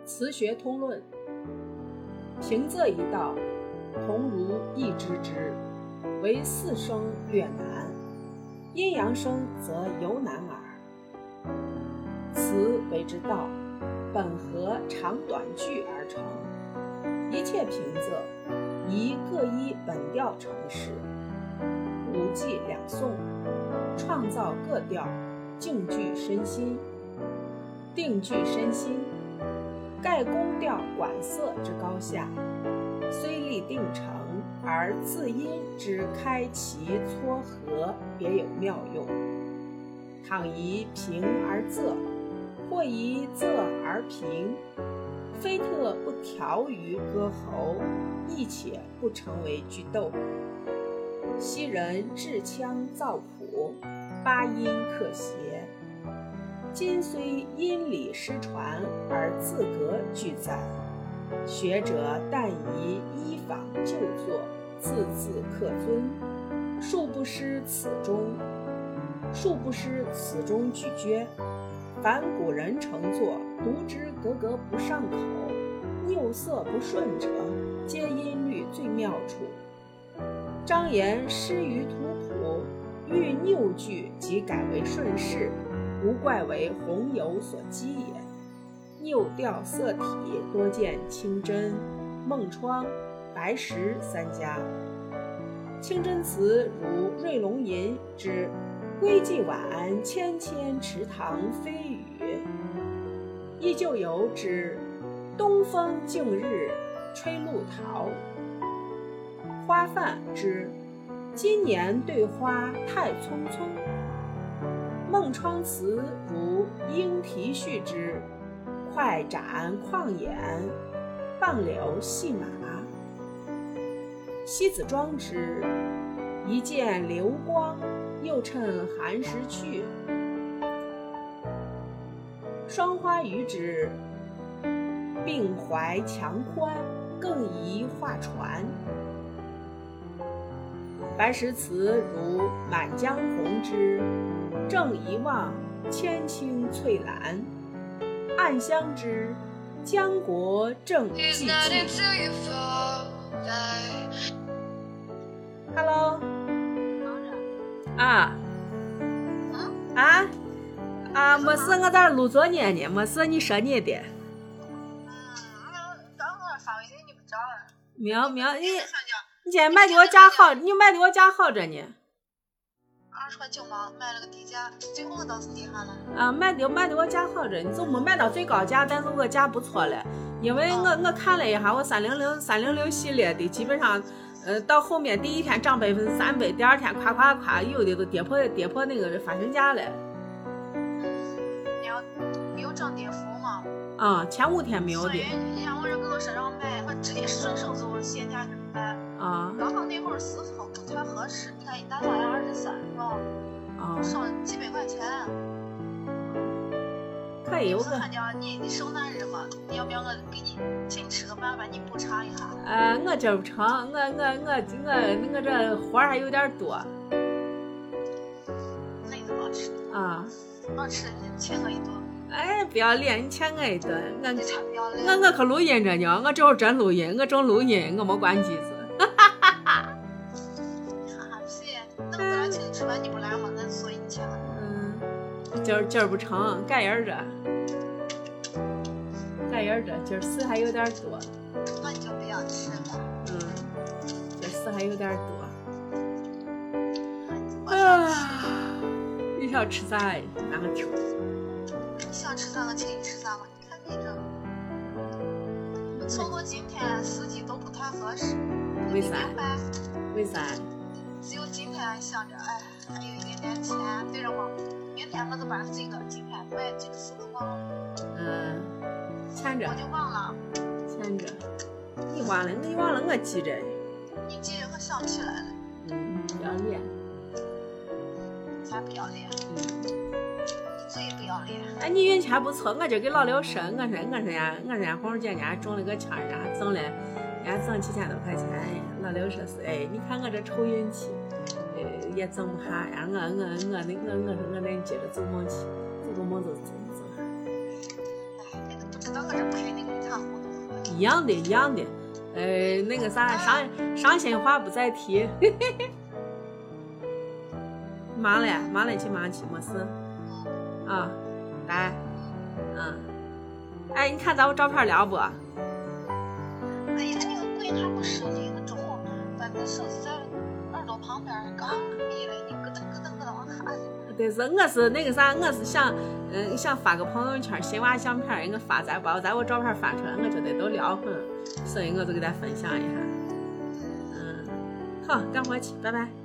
词学通论，平仄一道，同如一支支，唯四声略难，阴阳声则尤难耳。词为之道，本合长短句而成，一切平仄宜各依本调成式。五季两颂，创造各调，静句身心，定句身心，盖宫调管色之高下，虽立定成，而字音之开齐撮合别有妙用。倘宜平而仄，或宜仄而平，非特不调于歌喉，亦且不成为句逗。昔人制腔造谱，八音克谐，今虽音理失传，而字格俱在。学者但宜依仿旧作，字字克遵，殊不失此中咀嚼。凡古人成作，读之格格不上口，拗色不顺者，皆音律最妙处。张言失于图谱，欲拗句即改为顺势，无怪为弘游所激也。拗调色体多见清真、孟窗、白石三家。清真词如瑞龙吟之归寂晚，芊芊池塘飞雨，依旧游之东风静日，吹露桃，花范之今年对花太匆匆。孟窗词如莺啼序之快展旷眼，傍柳戏马。西子庄之一见流光，又趁寒食去。双花鱼之并怀强宽，更宜画船。白石词如满江红之正一望，千顷翠蓝，暗香之江国正寂寂。Hello。没事，我在这录作业呢，没事，你说你的。 刚我发微信你不找了。 没有，你今天买的我家好，你买的我家好着呢。 20块9毛，买了个低价，最后倒是低下了。 买的我家好着，你就没买到最高价，但是我价不错了，因为我看了一下，我306系列的基本上。到后面第一天涨3%，第二天夸，有的都跌破那个发行价了。 你有涨跌幅吗？ 前5天没有的。 所以你让我这个身上买，我直接伸手就线下去买。刚好那会儿丝绸不太合适，你看一大双要23是吧？少几百块钱。 可以，我看见你圣诞日嘛，你要不要我给你请你吃个饭，把你补偿一下？ 我这不成，我这活还有点多。 那你怎么吃？好吃，你请我一顿。 哎，不要脸，你请我一顿。 你才不要脸！ 我可录音着呢，我这会儿真录音，我正录音，我没关机子。 屁！那我在这请你吃饭，你不来吗？那所以你请了。 今儿不成，改人着，今儿事还有点多。 那你就不要吃了。 这事还有点多。你想吃啥？哪个听？ 你想吃啥？我请你吃啥嘛？你看你这，我凑合今天时机都不太合适。 为啥？ 只有今天想着，还有一点点钱，对着我。明天我就把这个今天买这个事都忘了。 欠着。 我就忘了。 欠着。你忘了，我记着。 你记着，我想不起来了。 不要脸。 才不要脸。最不要脸。 你运气还不错，我就给老刘说，我说人家红姐家中了个签，人家挣7000多块钱。老刘说是，你看我这臭运气。也挣不下呀，我说那接着做梦去，做梦就走。 那个不知道我这拍那个一样的。那个啥，伤心话不再提。忙了去，没事。啊，来，哎，你看咱们照片了不？ 哎呀，那个柜它不设计那种，把那手机在耳朵旁边刚闭了，你咯噔往看。 对，我是那个啥，我是想发个朋友圈新娃相片，人家发在我照片发出来，我觉得都聊会，所以我就给大家分享一下。好，赶快去，拜拜。